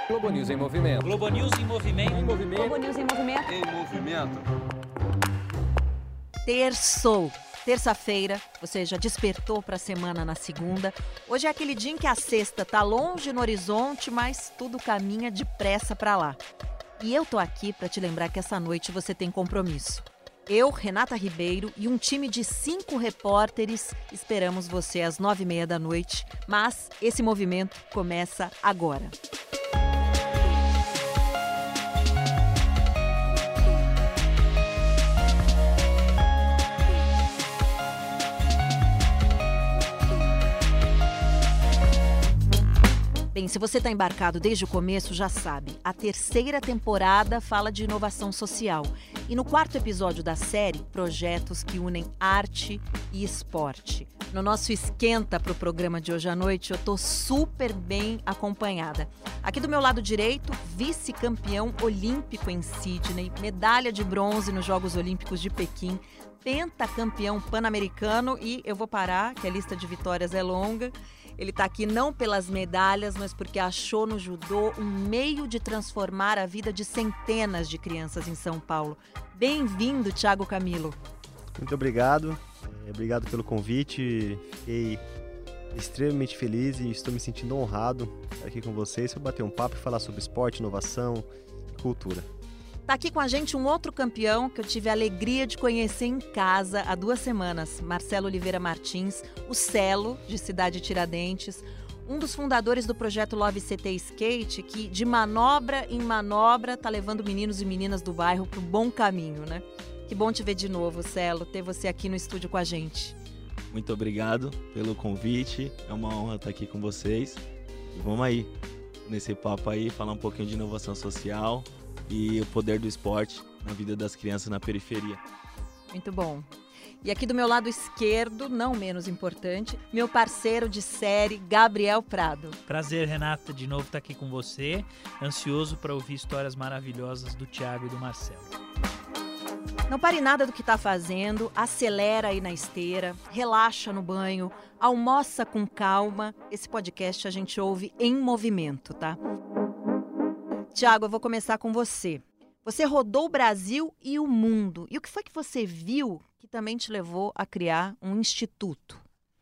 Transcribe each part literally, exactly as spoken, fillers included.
Globo News em movimento. Globo News em movimento. Em movimento. Globo News em movimento. Em movimento. Terçou. Terça-feira, você já despertou para a semana na segunda. Hoje é aquele dia em que a sexta tá longe no horizonte, mas tudo caminha depressa para lá. E eu tô aqui para te lembrar que essa noite você tem compromisso. Eu, Renata Ribeiro e um time de cinco repórteres esperamos você às nove e meia da noite, mas esse movimento começa agora. Bem, se você está embarcado desde o começo, já sabe, a terceira temporada fala de inovação social. E no quarto episódio da série, projetos que unem arte e esporte. No nosso esquenta para o programa de hoje à noite, eu estou super bem acompanhada. Aqui do meu lado direito, vice-campeão olímpico em Sydney, medalha de bronze nos Jogos Olímpicos de Pequim, pentacampeão pan-americano e eu vou parar, que a lista de vitórias é longa. Ele está aqui não pelas medalhas, mas porque achou no judô um meio de transformar a vida de centenas de crianças em São Paulo. Bem-vindo, Thiago Camilo. Muito obrigado. É, obrigado pelo convite. Fiquei extremamente feliz e estou me sentindo honrado estar aqui com vocês para bater um papo e falar sobre esporte, inovação e cultura. Está aqui com a gente um outro campeão que eu tive a alegria de conhecer em casa há duas semanas, Marcelo Oliveira Martins, o Celo, de Cidade Tiradentes, um dos fundadores do projeto Love C T Skate, que de manobra em manobra está levando meninos e meninas do bairro para o bom caminho, né? Que bom te ver de novo, Celo, ter você aqui no estúdio com a gente. Muito obrigado pelo convite, é uma honra estar aqui com vocês. E vamos aí, nesse papo aí, falar um pouquinho de inovação social e o poder do esporte na vida das crianças na periferia. Muito bom. E aqui do meu lado esquerdo, não menos importante, meu parceiro de série, Gabriel Prado. Prazer, Renata, de novo estar aqui com você. Ansioso para ouvir histórias maravilhosas do Thiago e do Marcelo. Não pare nada do que está fazendo, acelera aí na esteira, relaxa no banho, almoça com calma. Esse podcast a gente ouve em movimento, tá? Thiago, eu vou começar com você. Você rodou o Brasil e o mundo. E o que foi que você viu que também te levou a criar um instituto?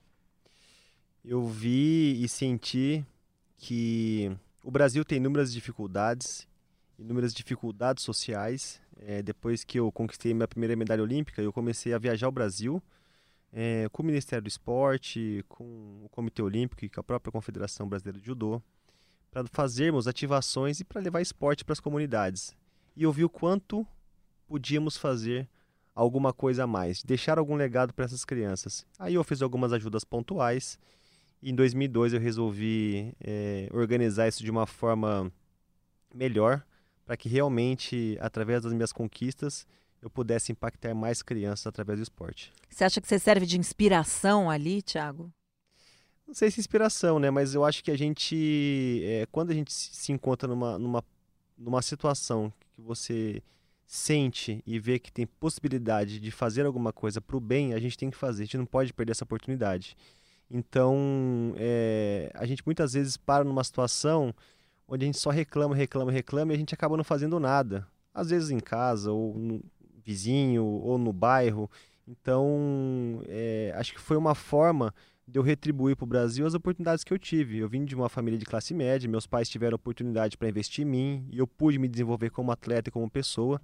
Eu vi e senti que o Brasil tem inúmeras dificuldades, inúmeras dificuldades sociais. É, depois que eu conquistei minha primeira medalha olímpica, eu comecei a viajar ao Brasil é, com o Ministério do Esporte, com o Comitê Olímpico e com a própria Confederação Brasileira de Judô, para fazermos ativações e para levar esporte para as comunidades. E eu vi o quanto podíamos fazer alguma coisa a mais, deixar algum legado para essas crianças. Aí eu fiz algumas ajudas pontuais e em dois mil e dois eu resolvi é, organizar isso de uma forma melhor, para que realmente, através das minhas conquistas, eu pudesse impactar mais crianças através do esporte. Você acha que você serve de inspiração ali, Thiago? Não sei se inspiração, né? Mas eu acho que a gente, é, quando a gente se encontra numa, numa, numa situação que você sente e vê que tem possibilidade de fazer alguma coisa para o bem, a gente tem que fazer, a gente não pode perder essa oportunidade. Então, é, a gente muitas vezes para numa situação onde a gente só reclama, reclama, reclama e a gente acaba não fazendo nada. Às vezes em casa, ou no vizinho, ou no bairro. Então, é, acho que foi uma forma de eu retribuir para o Brasil as oportunidades que eu tive. Eu vim de uma família de classe média, meus pais tiveram oportunidade para investir em mim, e eu pude me desenvolver como atleta e como pessoa.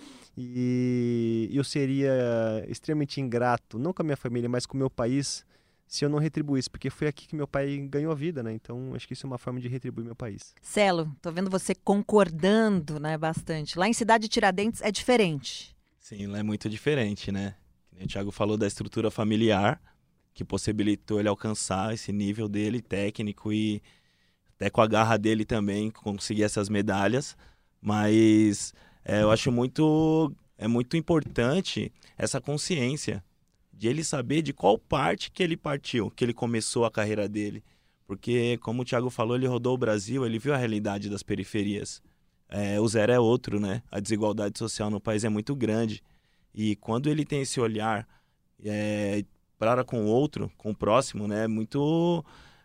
E eu seria extremamente ingrato, não com a minha família, mas com o meu país, se eu não retribuísse, porque foi aqui que meu pai ganhou a vida, né? Então, acho que isso é uma forma de retribuir meu país. Celo, tô vendo você concordando, né, bastante. Lá em Cidade Tiradentes é diferente. Sim, lá é muito diferente, né? O Thiago falou da estrutura familiar, que possibilitou ele alcançar esse nível dele técnico e até com a garra dele também conseguir essas medalhas, mas é, eu acho muito, é muito importante essa consciência de ele saber de qual parte que ele partiu, que ele começou a carreira dele, porque como o Thiago falou, ele rodou o Brasil, ele viu a realidade das periferias, é, o zero é outro, né? A desigualdade social no país é muito grande, e quando ele tem esse olhar é, para com o outro, com o próximo, né, muito,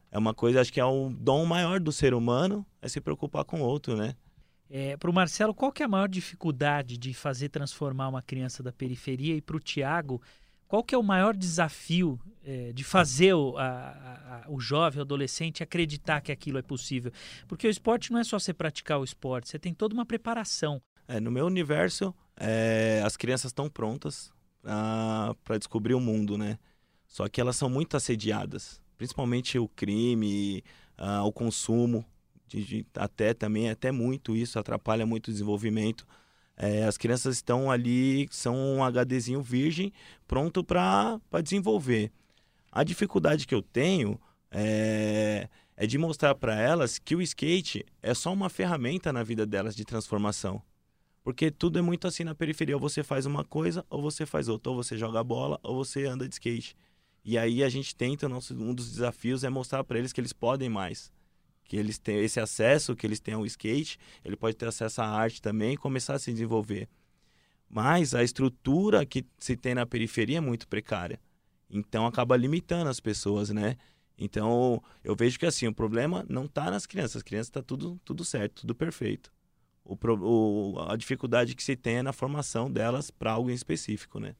É uma coisa, acho que é o dom maior do ser humano, é se preocupar com o outro, né? É, para o Marcelo, qual que é a maior dificuldade de fazer transformar uma criança da periferia? E para o Thiago, qual que é o maior desafio é, de fazer o, a, a, o jovem, o adolescente acreditar que aquilo é possível? Porque o esporte não é só você praticar o esporte, você tem toda uma preparação. É, no meu universo, é, as crianças estão prontas para descobrir o mundo, né? Só que elas são muito assediadas, principalmente o crime, uh, o consumo, de, de, até também, até muito isso, atrapalha muito o desenvolvimento. É, as crianças estão ali, são um HDzinho virgem, pronto para desenvolver. A dificuldade que eu tenho é, é de mostrar para elas que o skate é só uma ferramenta na vida delas de transformação. Porque tudo é muito assim na periferia, ou você faz uma coisa, ou você faz outra, ou você joga bola, ou você anda de skate. E aí a gente tenta, nosso, um dos desafios é mostrar para eles que eles podem mais. Que eles têm esse acesso, que eles têm ao skate, ele pode ter acesso à arte também e começar a se desenvolver. Mas a estrutura que se tem na periferia é muito precária. Então acaba limitando as pessoas, né? Então eu vejo que assim, o problema não está nas crianças. As crianças está tudo, tudo certo, tudo perfeito. O, o, a dificuldade que se tem é na formação delas para algo em específico, né?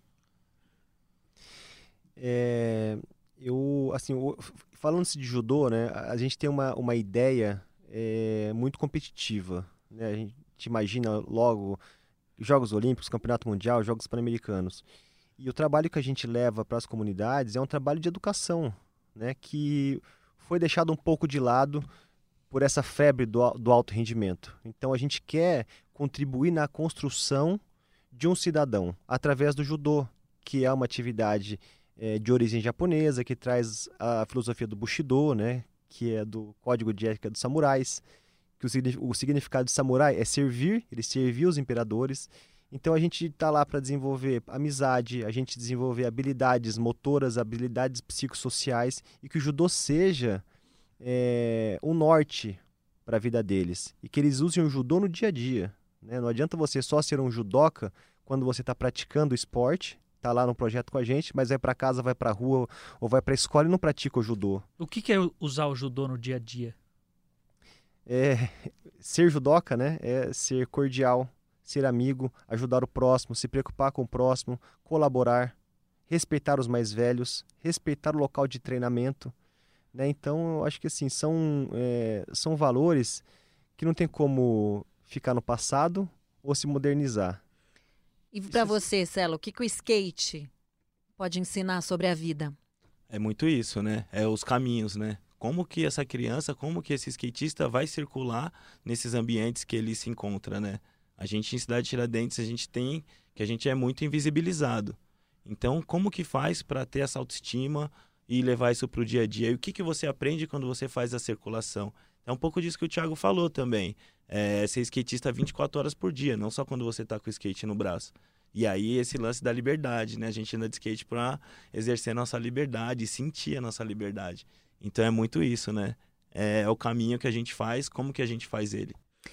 É, eu, assim, falando-se de judô, né, a gente tem uma, uma ideia é, muito competitiva, né? A gente imagina logo Jogos Olímpicos, Campeonato Mundial, Jogos Pan-Americanos. E o trabalho que a gente leva para as comunidades é um trabalho de educação, né, que foi deixado um pouco de lado por essa febre do, do alto rendimento. Então a gente quer contribuir na construção de um cidadão através do judô, que é uma atividade é, de origem japonesa, que traz a filosofia do Bushido, né, que é do código de ética dos samurais, que o, o significado de samurai é servir, ele serviu os imperadores. Então a gente está lá para desenvolver amizade, a gente desenvolver habilidades motoras, habilidades psicossociais, e que o judô seja é, um norte para a vida deles. E que eles usem o judô no dia a dia, né? Não adianta você só ser um judoca quando você está praticando o esporte, está lá no projeto com a gente, mas vai para casa, vai para a rua ou vai para a escola e não pratica o judô. O que, que é usar o judô no dia a dia? É, ser judoca, né? É ser cordial, ser amigo, ajudar o próximo, se preocupar com o próximo, colaborar, respeitar os mais velhos, respeitar o local de treinamento, né? Então, eu acho que assim, são, é, são valores que não tem como ficar no passado ou se modernizar. E para você, Celo, o que, que o skate pode ensinar sobre a vida? É muito isso, né? É os caminhos, né? Como que essa criança, como que esse skatista vai circular nesses ambientes que ele se encontra, né? A gente em Cidade Tiradentes, a gente tem que a gente é muito invisibilizado. Então, como que faz para ter essa autoestima e levar isso para o dia a dia? E o que, que você aprende quando você faz a circulação? É um pouco disso que o Thiago falou também. É ser skatista vinte e quatro horas por dia, não só quando você está com o skate no braço. E aí esse lance da liberdade, né? A gente anda de skate para exercer a nossa liberdade e sentir a nossa liberdade. Então é muito isso, né? É o caminho que a gente faz, como que a gente faz ele.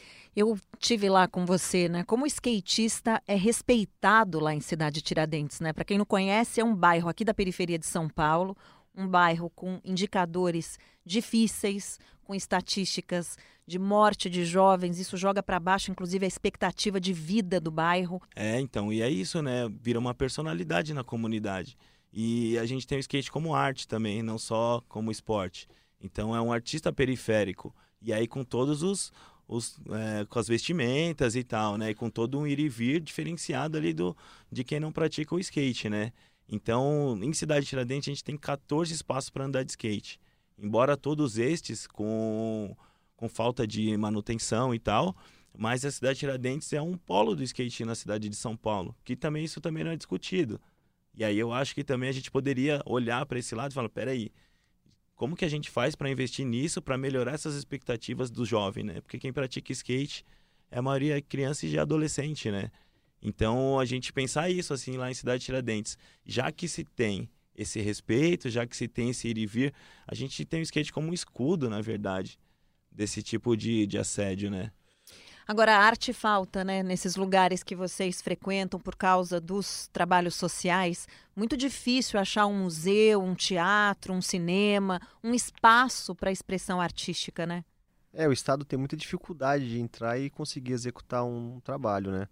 Eu tive lá com você, né? Como o skatista é respeitado lá em Cidade Tiradentes, né? Para quem não conhece, é um bairro aqui da periferia de São Paulo, um bairro com indicadores difíceis, com estatísticas de morte de jovens. Isso joga para baixo, inclusive, a expectativa de vida do bairro. É, então, e é isso, né? Vira uma personalidade na comunidade. E a gente tem o skate como arte também, não só como esporte. Então é um artista periférico. E aí com todos os... Os, é, com as vestimentas e tal, né? E com todo um ir e vir diferenciado ali do, de quem não pratica o skate, né? Então, em Cidade Tiradentes, a gente tem quatorze espaços para andar de skate. Embora todos estes com, com falta de manutenção e tal, mas a Cidade Tiradentes é um polo do skate na cidade de São Paulo, que também isso também não é discutido. E aí eu acho que também a gente poderia olhar para esse lado e falar, peraí, como que a gente faz para investir nisso, para melhorar essas expectativas do jovem, né? Porque quem pratica skate é a maioria criança e adolescente, né? Então, a gente pensar isso, assim, lá em Cidade Tiradentes, já que se tem esse respeito, já que se tem esse ir e vir, a gente tem o skate como um escudo, na verdade, desse tipo de, de assédio, né? Agora, a arte falta, né? Nesses lugares que vocês frequentam por causa dos trabalhos sociais. Muito difícil achar um museu, um teatro, um cinema, um espaço para expressão artística, né? É, o Estado tem muita dificuldade de entrar e conseguir executar um trabalho, né?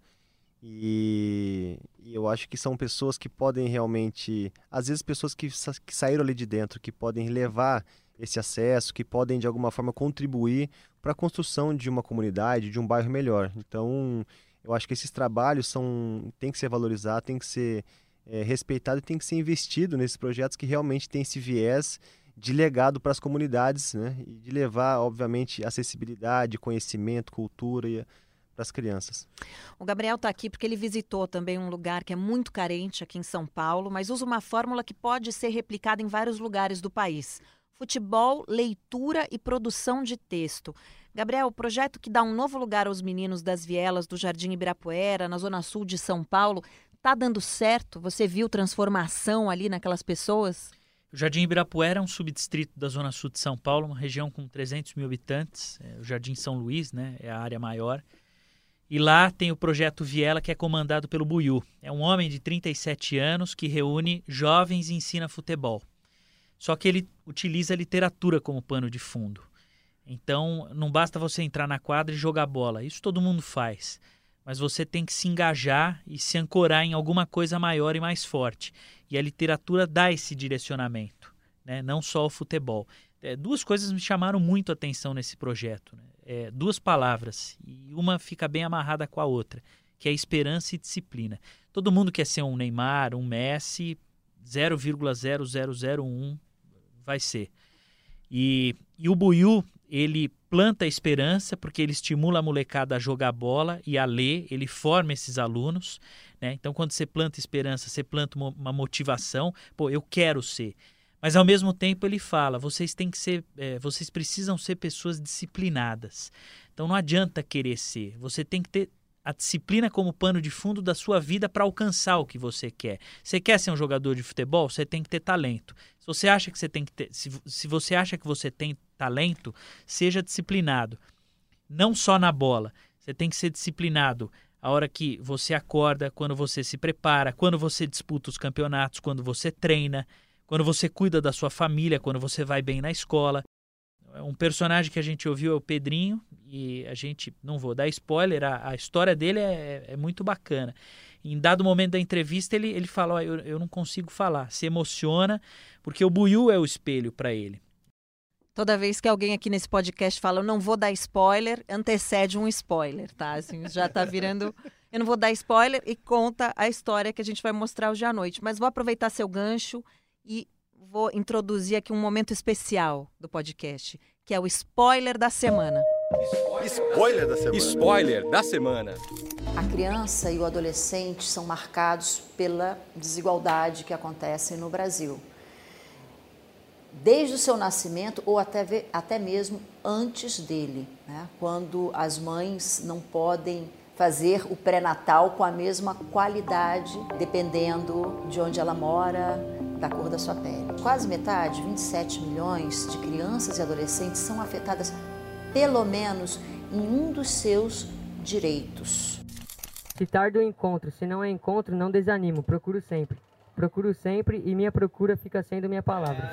E, e eu acho que são pessoas que podem realmente, às vezes pessoas que, sa que saíram ali de dentro, que podem levar esse acesso, que podem de alguma forma contribuir para a construção de uma comunidade, de um bairro melhor. Então, eu acho que esses trabalhos são, tem que ser valorizado, tem que ser é, respeitado e tem que ser investido nesses projetos que realmente têm esse viés de legado para as comunidades, né? E de levar, obviamente, acessibilidade, conhecimento, cultura e para as crianças. O Gabriel está aqui porque ele visitou também um lugar que é muito carente aqui em São Paulo, mas usa uma fórmula que pode ser replicada em vários lugares do país. Futebol, leitura e produção de texto. Gabriel, o projeto que dá um novo lugar aos meninos das vielas do Jardim Ibirapuera, na zona sul de São Paulo, está dando certo? Você viu transformação ali naquelas pessoas? O Jardim Ibirapuera é um subdistrito da zona sul de São Paulo, uma região com trezentos mil habitantes. É o Jardim São Luís, né, é a área maior. E lá tem o projeto Viela, que é comandado pelo Buiú. É um homem de trinta e sete anos que reúne jovens e ensina futebol. Só que ele utiliza a literatura como pano de fundo. Então, não basta você entrar na quadra e jogar bola. Isso todo mundo faz. Mas você tem que se engajar e se ancorar em alguma coisa maior e mais forte. E a literatura dá esse direcionamento, né? Não só o futebol. É, duas coisas me chamaram muito a atenção nesse projeto, né? É, duas palavras, e uma fica bem amarrada com a outra, que é esperança e disciplina. Todo mundo quer ser um Neymar, um Messi, zero vírgula zero zero zero um vai ser. E, e o Buiú, ele planta a esperança, porque ele estimula a molecada a jogar bola e a ler, ele forma esses alunos, né? Então, quando você planta esperança, você planta uma, uma motivação, pô, eu quero ser. Mas, ao mesmo tempo, ele fala, vocês têm que ser, é, vocês precisam ser pessoas disciplinadas. Então, não adianta querer ser. Você tem que ter a disciplina como pano de fundo da sua vida para alcançar o que você quer. Você quer ser um jogador de futebol? Você tem que ter talento. Se você acha que você tem que ter, se, se você acha que você tem talento, seja disciplinado. Não só na bola. Você tem que ser disciplinado a hora que você acorda, quando você se prepara, quando você disputa os campeonatos, quando você treina, quando você cuida da sua família, quando você vai bem na escola. Um personagem que a gente ouviu é o Pedrinho, e a gente, não vou dar spoiler, a, a história dele é, é muito bacana. Em dado momento da entrevista, ele, ele fala, oh, eu, eu não consigo falar, se emociona, porque o Buiú é o espelho para ele. Toda vez que alguém aqui nesse podcast fala, eu não vou dar spoiler, antecede um spoiler, tá? Assim, já tá virando... Eu não vou dar spoiler e conta a história que a gente vai mostrar hoje à noite. Mas vou aproveitar seu gancho e vou introduzir aqui um momento especial do podcast, que é o spoiler da semana. Spoiler da semana. Spoiler da semana. A criança e o adolescente são marcados pela desigualdade que acontece no Brasil. Desde o seu nascimento ou até, até mesmo antes dele, né? Quando as mães não podem fazer o pré-natal com a mesma qualidade, dependendo de onde ela mora, da cor da sua pele. Quase metade, vinte e sete milhões de crianças e adolescentes são afetadas pelo menos em um dos seus direitos. Se tarda o encontro, se não é encontro, não desanimo, procuro sempre. Procuro sempre e minha procura fica sendo minha palavra.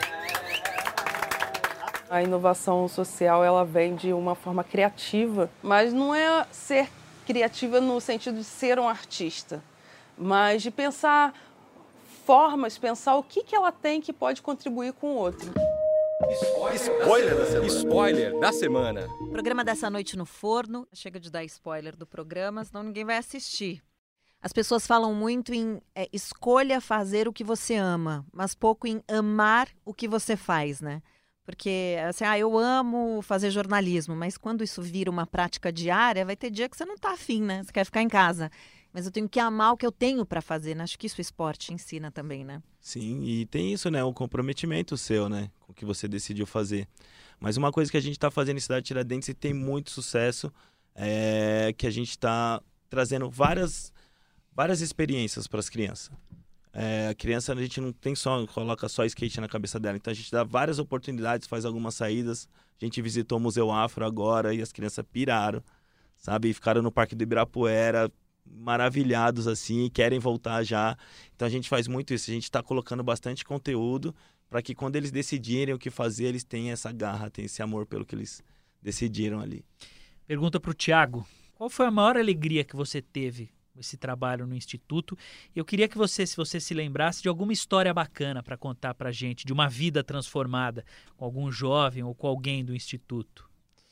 A inovação social, ela vem de uma forma criativa, mas não é ser criativa no sentido de ser um artista, mas de pensar formas, pensar o que, que ela tem que pode contribuir com o outro. Spoiler da semana. Spoiler da semana. Programa dessa noite no forno. Chega de dar spoiler do programa, senão ninguém vai assistir. As pessoas falam muito em é, escolha fazer o que você ama, mas pouco em amar o que você faz, né? Porque, assim, ah, eu amo fazer jornalismo, mas quando isso vira uma prática diária, vai ter dia que você não tá afim, né? Você quer ficar em casa. Mas eu tenho que amar o que eu tenho para fazer, né? Acho que isso o esporte ensina também, né? Sim, e tem isso, né? O comprometimento seu, né? Com o que você decidiu fazer. Mas uma coisa que a gente está fazendo em Cidade Tiradentes e tem muito sucesso é que a gente está trazendo várias, várias experiências para as crianças. É, a criança, a gente não tem só, coloca só skate na cabeça dela. Então a gente dá várias oportunidades, faz algumas saídas. A gente visitou o Museu Afro agora e as crianças piraram. sabe? E ficaram no Parque do Ibirapuera, maravilhados, assim, e querem voltar já. Então a gente faz muito isso, a gente está colocando bastante conteúdo para que quando eles decidirem o que fazer, eles tenham essa garra, tenham esse amor pelo que eles decidiram ali. Pergunta para o Thiago, qual foi a maior alegria que você teve com esse trabalho no Instituto? Eu queria que você, se você se lembrasse de alguma história bacana para contar para a gente, de uma vida transformada com algum jovem ou com alguém do Instituto.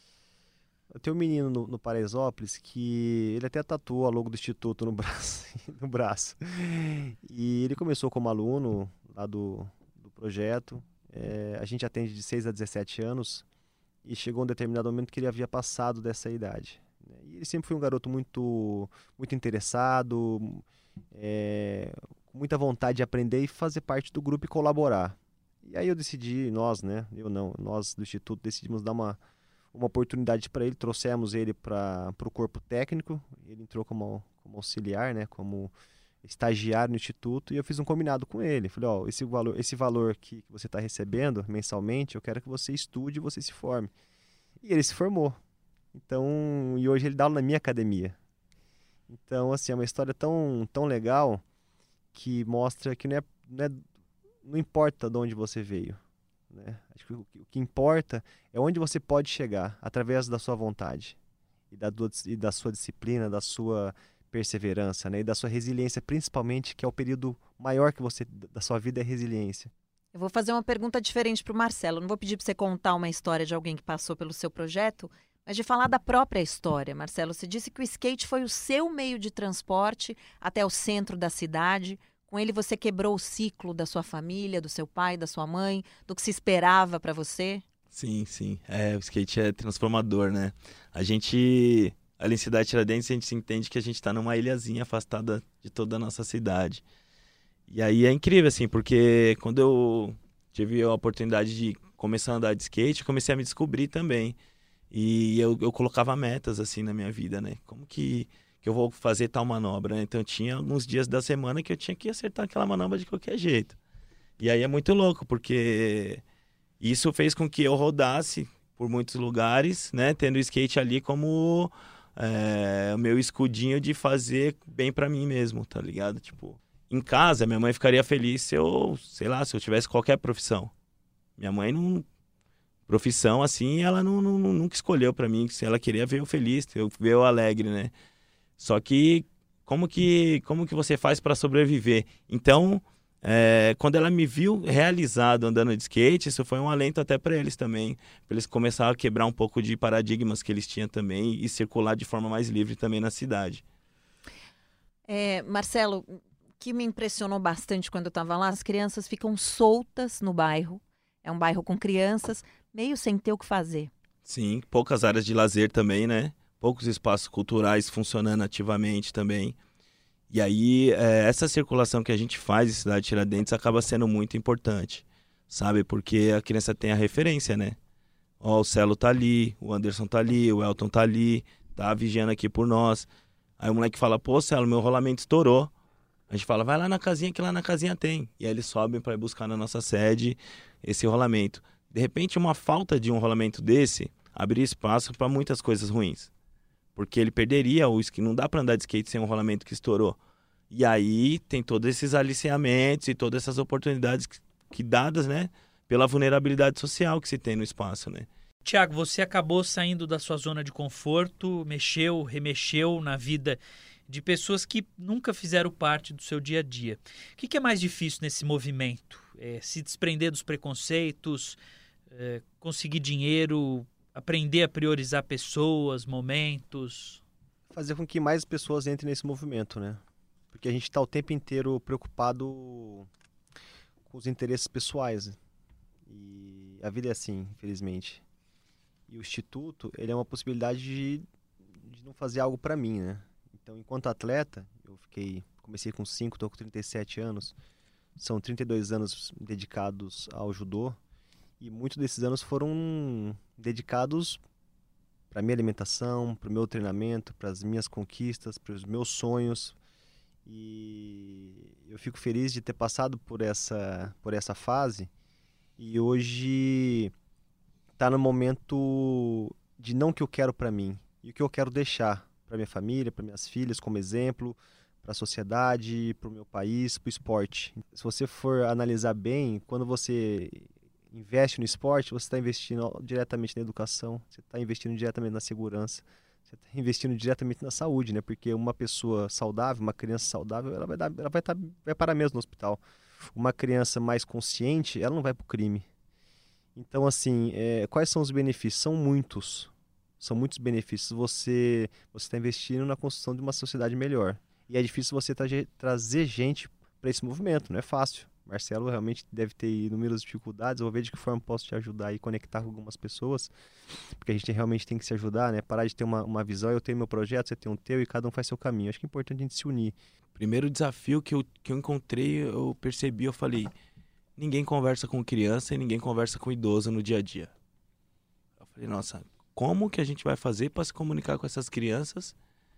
Eu tenho um menino no, no Paraisópolis que ele até tatuou a logo do Instituto no braço, no braço. E ele começou como aluno lá do, do projeto. É, a gente atende de seis a dezessete anos e chegou um determinado momento que ele havia passado dessa idade. E ele sempre foi um garoto muito, muito interessado, é, com muita vontade de aprender e fazer parte do grupo e colaborar. E aí eu decidi, nós, né, eu não, nós do Instituto decidimos dar uma uma oportunidade para ele, trouxemos ele para o corpo técnico, ele entrou como, como auxiliar, né, como estagiário no Instituto, e eu fiz um combinado com ele, falei, ó, esse valor, esse valor que você está recebendo mensalmente, eu quero que você estude e você se forme. E ele se formou, então, e hoje ele dá aula na minha academia. Então, assim, é uma história tão, tão legal que mostra que não, é, não, é, não importa de onde você veio. Né? Acho que o, o que importa é onde você pode chegar através da sua vontade e da, do, e da sua disciplina, da sua perseverança, né? E da sua resiliência, principalmente, que é o período maior que você da sua vida é resiliência. Eu vou fazer uma pergunta diferente para o Marcelo. Não vou pedir para você contar uma história de alguém que passou pelo seu projeto, mas de falar da própria história. Marcelo, você disse que o skate foi o seu meio de transporte até o centro da cidade. Com ele você quebrou o ciclo da sua família, do seu pai, da sua mãe, do que se esperava para você? Sim, sim. É, o skate é transformador, né? A gente, ali em Cidade Tiradentes, a gente se entende que a gente está numa ilhazinha afastada de toda a nossa cidade. E aí é incrível, assim, porque quando eu tive a oportunidade de começar a andar de skate, eu comecei a me descobrir também. E eu, eu colocava metas, assim, na minha vida, né? Como que... que eu vou fazer tal manobra, né? Então tinha alguns dias da semana que eu tinha que acertar aquela manobra de qualquer jeito. E aí é muito louco, porque isso fez com que eu rodasse por muitos lugares, né? Tendo o skate ali como é, o meu escudinho de fazer bem pra mim mesmo, tá ligado? Tipo, em casa, minha mãe ficaria feliz se eu, sei lá, se eu tivesse qualquer profissão. Minha mãe não... Profissão, assim, ela não, não, nunca escolheu pra mim. Se ela queria ver eu feliz, eu ver eu alegre, né? Só que como que, como que você faz para sobreviver? Então, é, quando ela me viu realizado andando de skate, isso foi um alento até para eles também, para eles começarem a quebrar um pouco de paradigmas que eles tinham também e circular de forma mais livre também na cidade. É, Marcelo, o que me impressionou bastante quando eu estava lá, as crianças ficam soltas no bairro, é um bairro com crianças, meio sem ter o que fazer. Sim, poucas áreas de lazer também, né? Poucos espaços culturais funcionando ativamente também. E aí, é, essa circulação que a gente faz em Cidade Tiradentes acaba sendo muito importante, sabe? Porque a criança tem a referência, né? Ó, o Celo tá ali, o Anderson tá ali, o Elton tá ali, tá vigiando aqui por nós. Aí o moleque fala, pô, Celo, meu rolamento estourou. A gente fala, vai lá na casinha que lá na casinha tem. E aí eles sobem para ir buscar na nossa sede esse rolamento. De repente, uma falta de um rolamento desse abriria espaço para muitas coisas ruins. Porque ele perderia o skate. Não dá para andar de skate sem um rolamento que estourou. E aí tem todos esses aliciamentos e todas essas oportunidades que, que dadas, né, pela vulnerabilidade social que se tem no espaço, né? Thiago, você acabou saindo da sua zona de conforto, mexeu, remexeu na vida de pessoas que nunca fizeram parte do seu dia a dia. O que, que é mais difícil nesse movimento? É, se desprender dos preconceitos, é, conseguir dinheiro, aprender a priorizar pessoas, momentos? Fazer com que mais pessoas entrem nesse movimento, né? Porque a gente está o tempo inteiro preocupado com os interesses pessoais. E a vida é assim, infelizmente. E o Instituto, ele é uma possibilidade de, de não fazer algo para mim, né? Então, enquanto atleta, eu fiquei, comecei com cinco, estou com trinta e sete anos. São trinta e dois anos dedicados ao judô. E muitos desses anos foram dedicados para a minha alimentação, para o meu treinamento, para as minhas conquistas, para os meus sonhos. E eu fico feliz de ter passado por essa, por essa fase. E hoje está no momento de não o que eu quero para mim, e o que eu quero deixar para minha família, para minhas filhas, como exemplo, para a sociedade, para o meu país, para o esporte. Se você for analisar bem, quando você investe no esporte, você está investindo diretamente na educação, você está investindo diretamente na segurança, você está investindo diretamente na saúde, né? Porque uma pessoa saudável, uma criança saudável, ela vai, dar, ela vai, estar, vai parar mesmo no hospital. Uma criança mais consciente, ela não vai para o crime. Então, assim, é, quais são os benefícios? São muitos. São muitos benefícios. Você está investindo na construção de uma sociedade melhor. E é difícil você tra trazer gente para esse movimento, não é fácil. Marcelo realmente deve ter inúmeras dificuldades. Eu vou ver de que forma posso te ajudar e conectar com algumas pessoas, porque a gente realmente tem que se ajudar, né? Parar de ter uma, uma visão, eu tenho meu projeto, você tem um teu e cada um faz seu caminho. Acho que é importante a gente se unir. Primeiro desafio que eu, que eu encontrei, eu percebi, eu falei, ninguém conversa com criança e ninguém conversa com idoso no dia a dia. Eu falei, nossa, como que a gente vai fazer para se comunicar com essas crianças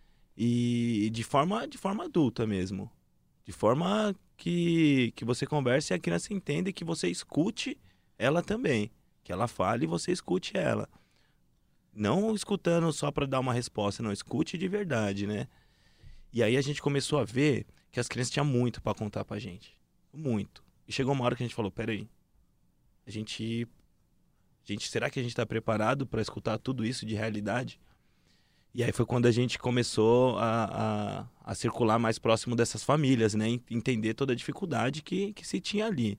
e de forma, de forma adulta mesmo? De forma que, que você converse e a criança entenda e que você escute ela também. Que ela fale e você escute ela. Não escutando só para dar uma resposta, não. Escute de verdade, né? E aí a gente começou a ver que as crianças tinham muito para contar pra gente. Muito. E chegou uma hora que a gente falou, peraí. A gente... A gente será que a gente está preparado para escutar tudo isso de realidade? E aí foi quando a gente começou a, a, a circular mais próximo dessas famílias, né? Entender toda a dificuldade que, que se tinha ali.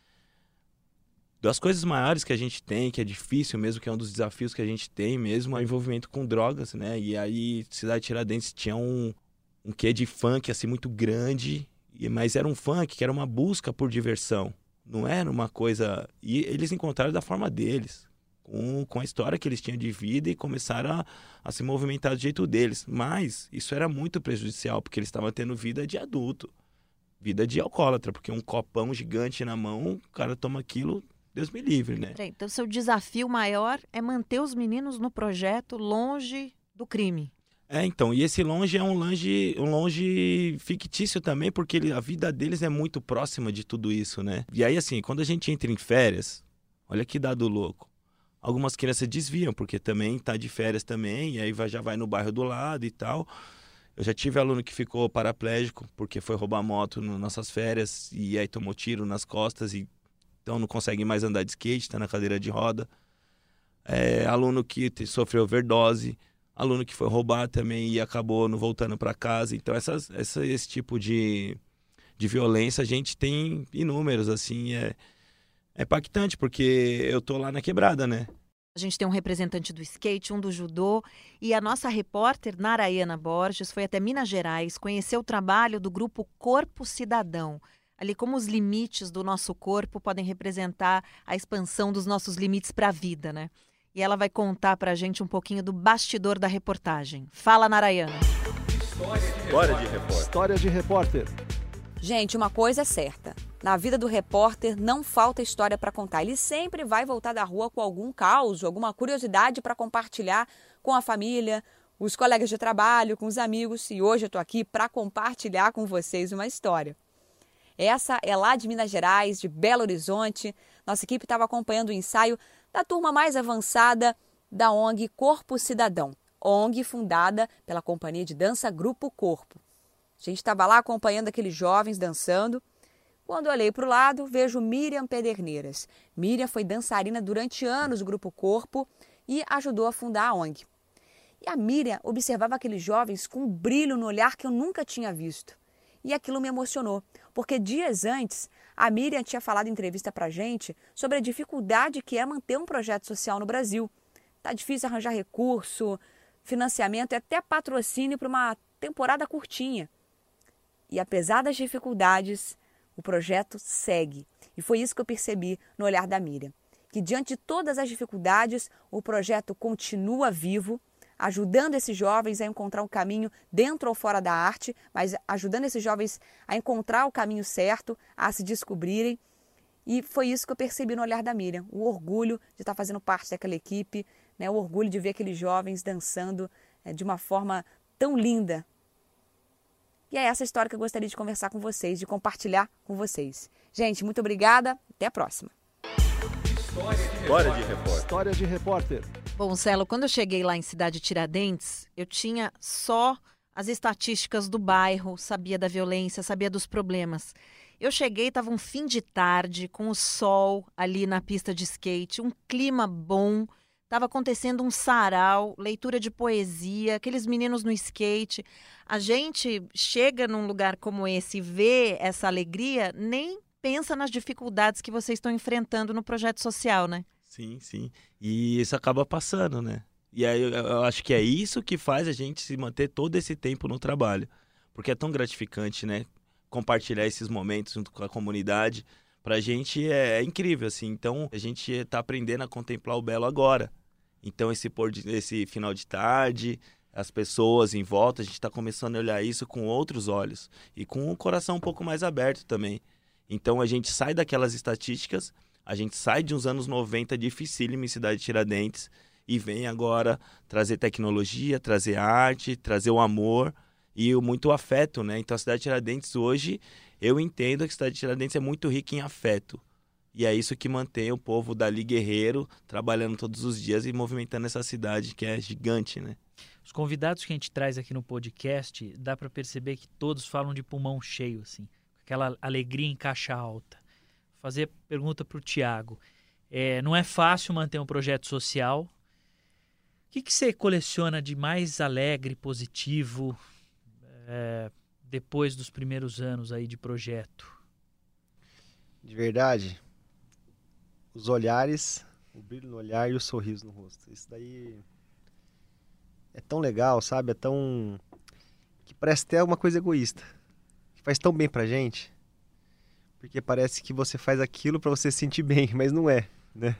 Das coisas maiores que a gente tem, que é difícil mesmo, que é um dos desafios que a gente tem mesmo, é o envolvimento com drogas, né? E aí, Cidade Tiradentes tinha um, um quê de funk, assim, muito grande, mas era um funk que era uma busca por diversão. Não era uma coisa... E eles encontraram da forma deles. Com, com a história que eles tinham de vida e começaram a, a se movimentar do jeito deles. Mas isso era muito prejudicial, porque eles estavam tendo vida de adulto, vida de alcoólatra, porque um copão gigante na mão, o cara toma aquilo, Deus me livre, né? Então, seu desafio maior é manter os meninos no projeto longe do crime. É, então, e esse longe é um longe, um longe fictício também, porque ele, a vida deles é muito próxima de tudo isso, né? E aí, assim, quando a gente entra em férias, olha que dado louco. Algumas crianças desviam, porque também tá de férias também, e aí vai, já vai no bairro do lado e tal. Eu já tive aluno que ficou paraplégico, porque foi roubar moto nas nossas férias, e aí tomou tiro nas costas, e então não consegue mais andar de skate, tá na cadeira de roda. É, aluno que sofreu overdose, aluno que foi roubar também e acabou não voltando para casa. Então essas, essa, esse tipo de, de violência a gente tem inúmeros, assim, é... É impactante, porque eu tô lá na quebrada, né? A gente tem um representante do skate, um do judô, e a nossa repórter, Narayana Borges, foi até Minas Gerais, conheceu o trabalho do grupo Corpo Cidadão. Ali como os limites do nosso corpo podem representar a expansão dos nossos limites para a vida, né? E ela vai contar pra gente um pouquinho do bastidor da reportagem. Fala, Narayana. História de repórter. História de repórter. Gente, uma coisa é certa. Na vida do repórter não falta história para contar. Ele sempre vai voltar da rua com algum caos, alguma curiosidade para compartilhar com a família, os colegas de trabalho, com os amigos. E hoje eu estou aqui para compartilhar com vocês uma história. Essa é lá de Minas Gerais, de Belo Horizonte. Nossa equipe estava acompanhando o ensaio da turma mais avançada da O N G Corpo Cidadão. O N G fundada pela companhia de dança Grupo Corpo. A gente estava lá acompanhando aqueles jovens dançando. Quando olhei para o lado, vejo Miriam Pederneiras. Miriam foi dançarina durante anos do Grupo Corpo e ajudou a fundar a O N G. E a Miriam observava aqueles jovens com um brilho no olhar que eu nunca tinha visto. E aquilo me emocionou, porque dias antes, a Miriam tinha falado em entrevista para a gente sobre a dificuldade que é manter um projeto social no Brasil. Tá difícil arranjar recurso, financiamento e até patrocínio para uma temporada curtinha. E apesar das dificuldades, o projeto segue. E foi isso que eu percebi no olhar da Miriam. Que diante de todas as dificuldades, o projeto continua vivo, ajudando esses jovens a encontrar um caminho dentro ou fora da arte, mas ajudando esses jovens a encontrar o caminho certo, a se descobrirem. E foi isso que eu percebi no olhar da Miriam. O orgulho de estar fazendo parte daquela equipe, né? O orgulho de ver aqueles jovens dançando é, de uma forma tão linda. E é essa história que eu gostaria de conversar com vocês, de compartilhar com vocês. Gente, muito obrigada. Até a próxima. História de repórter. História de repórter. Bom, Celo, quando eu cheguei lá em Cidade Tiradentes, eu tinha só as estatísticas do bairro, sabia da violência, sabia dos problemas. Eu cheguei, estava um fim de tarde, com o sol ali na pista de skate, um clima bom, estava acontecendo um sarau, leitura de poesia, aqueles meninos no skate. A gente chega num lugar como esse e vê essa alegria, nem pensa nas dificuldades que vocês estão enfrentando no projeto social, né? Sim, sim. E isso acaba passando, né? E aí eu, eu acho que é isso que faz a gente se manter todo esse tempo no trabalho. Porque é tão gratificante, né? Compartilhar esses momentos junto com a comunidade. Pra gente é, é incrível, assim. Então, a gente tá aprendendo a contemplar o belo agora. Então, esse, pôr de, esse final de tarde, as pessoas em volta, a gente tá começando a olhar isso com outros olhos. E com o coração um pouco mais aberto também. Então, a gente sai daquelas estatísticas, a gente sai de uns anos noventa dificílimo em Cidade Tiradentes e vem agora trazer tecnologia, trazer arte, trazer o amor e o muito afeto, né? Então, a Cidade Tiradentes hoje, eu entendo que a Cidade Tiradentes é muito rica em afeto. E é isso que mantém o povo dali guerreiro, trabalhando todos os dias e movimentando essa cidade que é gigante, né? Os convidados que a gente traz aqui no podcast, dá para perceber que todos falam de pulmão cheio, assim. Aquela alegria em caixa alta. Vou fazer pergunta para o Thiago. É, não é fácil manter um projeto social. O que, que você coleciona de mais alegre, positivo, é, depois dos primeiros anos aí de projeto? De verdade, os olhares, o brilho no olhar e o sorriso no rosto. Isso daí é tão legal, sabe? É tão... que parece até uma coisa egoísta. Faz tão bem pra gente, porque parece que você faz aquilo pra você se sentir bem, mas não é, né?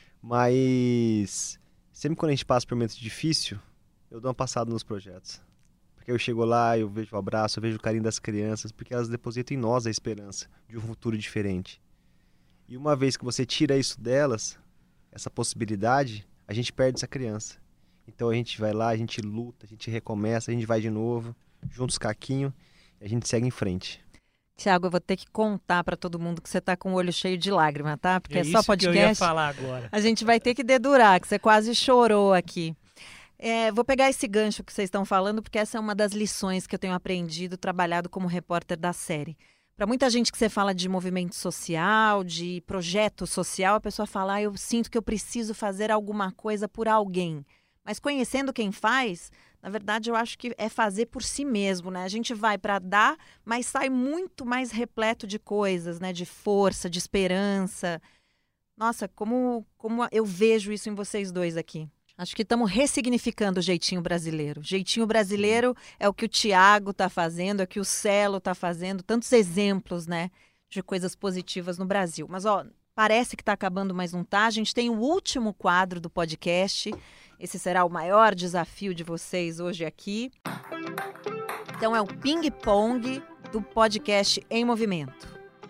Mas sempre quando a gente passa por um momento difícil, eu dou uma passada nos projetos. Porque eu chego lá, eu vejo o abraço, eu vejo o carinho das crianças, porque elas depositam em nós a esperança de um futuro diferente. E uma vez que você tira isso delas, essa possibilidade, a gente perde essa criança. Então a gente vai lá, a gente luta, a gente recomeça, a gente vai de novo, junta os caquinhos, a gente segue em frente. Tiago, eu vou ter que contar para todo mundo que você tá com o olho cheio de lágrima, tá? Porque é, é só isso podcast. Que eu ia falar agora. A gente vai ter que dedurar, que você quase chorou aqui. É, vou pegar esse gancho que vocês estão falando, porque essa é uma das lições que eu tenho aprendido, trabalhado como repórter da série. Para muita gente que você fala de movimento social, de projeto social, a pessoa fala, ah, eu sinto que eu preciso fazer alguma coisa por alguém. Mas conhecendo quem faz, na verdade, eu acho que é fazer por si mesmo, né? A gente vai para dar, mas sai muito mais repleto de coisas, né? De força, de esperança. Nossa, como, como eu vejo isso em vocês dois aqui. Acho que estamos ressignificando o jeitinho brasileiro. Jeitinho brasileiro é o que o Thiago está fazendo, é o que o Celo está fazendo. Tantos exemplos, né? De coisas positivas no Brasil. Mas, ó, parece que está acabando, mas não tá. A gente tem o último quadro do podcast. Esse será o maior desafio de vocês hoje aqui. Então é o ping-pong do podcast Em Movimento.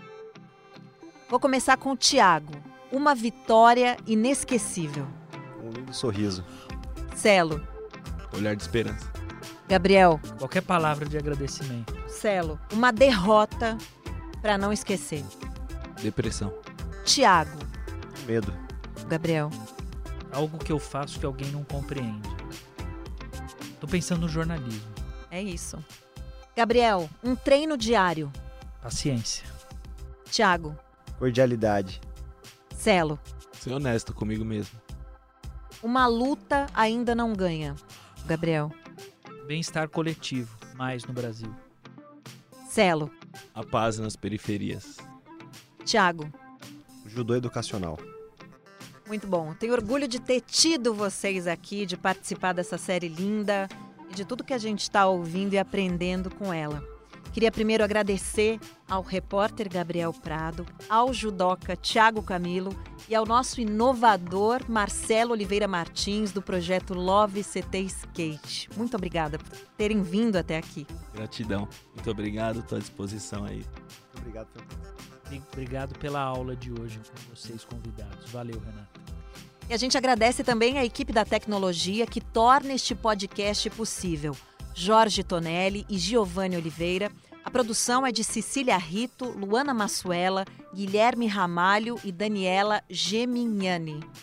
Vou começar com o Thiago. Uma vitória inesquecível. Um lindo sorriso. Celo. Olhar de esperança. Gabriel. Qualquer palavra de agradecimento. Celo. Uma derrota para não esquecer. Depressão. Thiago. Medo. Gabriel. Algo que eu faço que alguém não compreende. Tô pensando no jornalismo. É isso. Gabriel, um treino diário. Paciência. Thiago. Cordialidade. Celo. Ser honesto comigo mesmo. Uma luta ainda não ganha. Gabriel. Bem-estar coletivo, mais no Brasil. Celo. A paz nas periferias. Thiago. Judô educacional. Muito bom. Tenho orgulho de ter tido vocês aqui, de participar dessa série linda e de tudo que a gente está ouvindo e aprendendo com ela. Queria primeiro agradecer ao repórter Gabriel Prado, ao judoca Thiago Camilo e ao nosso inovador Marcelo Oliveira Martins, do projeto Love C T Skate. Muito obrigada por terem vindo até aqui. Gratidão. Muito obrigado, estou à disposição aí. Muito obrigado pelo... Obrigado pela aula de hoje com vocês convidados. Valeu, Renato. E a gente agradece também a equipe da tecnologia que torna este podcast possível. Jorge Tonelli e Giovanni Oliveira. A produção é de Cecília Rito, Luana Massuela, Guilherme Ramalho e Daniela Gemignani.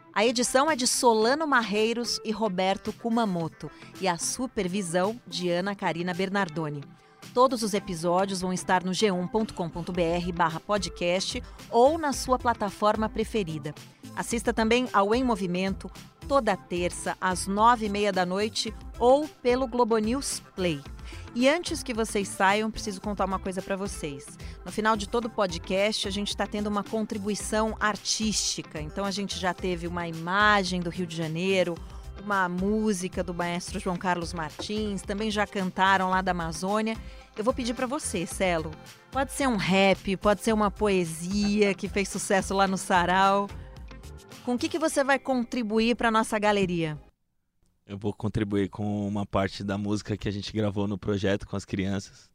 A edição é de Solano Marreiros e Roberto Kumamoto e a supervisão de Ana Karina Bernardoni. Todos os episódios vão estar no g um ponto com ponto b r barra podcast ou na sua plataforma preferida. Assista também ao Em Movimento toda terça às nove e meia da noite ou pelo Globo News Play. E antes que vocês saiam, preciso contar uma coisa para vocês. No final de todo o podcast, a gente está tendo uma contribuição artística. Então, a gente já teve uma imagem do Rio de Janeiro, uma música do maestro João Carlos Martins, também já cantaram lá da Amazônia. Eu vou pedir para você, Celo. Pode ser um rap, pode ser uma poesia que fez sucesso lá no Sarau. Com o que, que você vai contribuir para a nossa galeria? Eu vou contribuir com uma parte da música que a gente gravou no projeto com as crianças.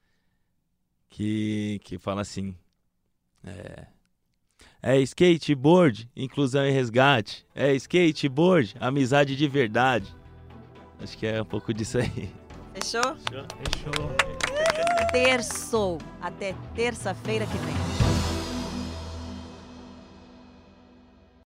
Que, que fala assim... É, é skateboard, inclusão e resgate. É skateboard, amizade de verdade. Acho que é um pouco disso aí. Fechou? Fechou. Terçou. Até terça-feira que vem.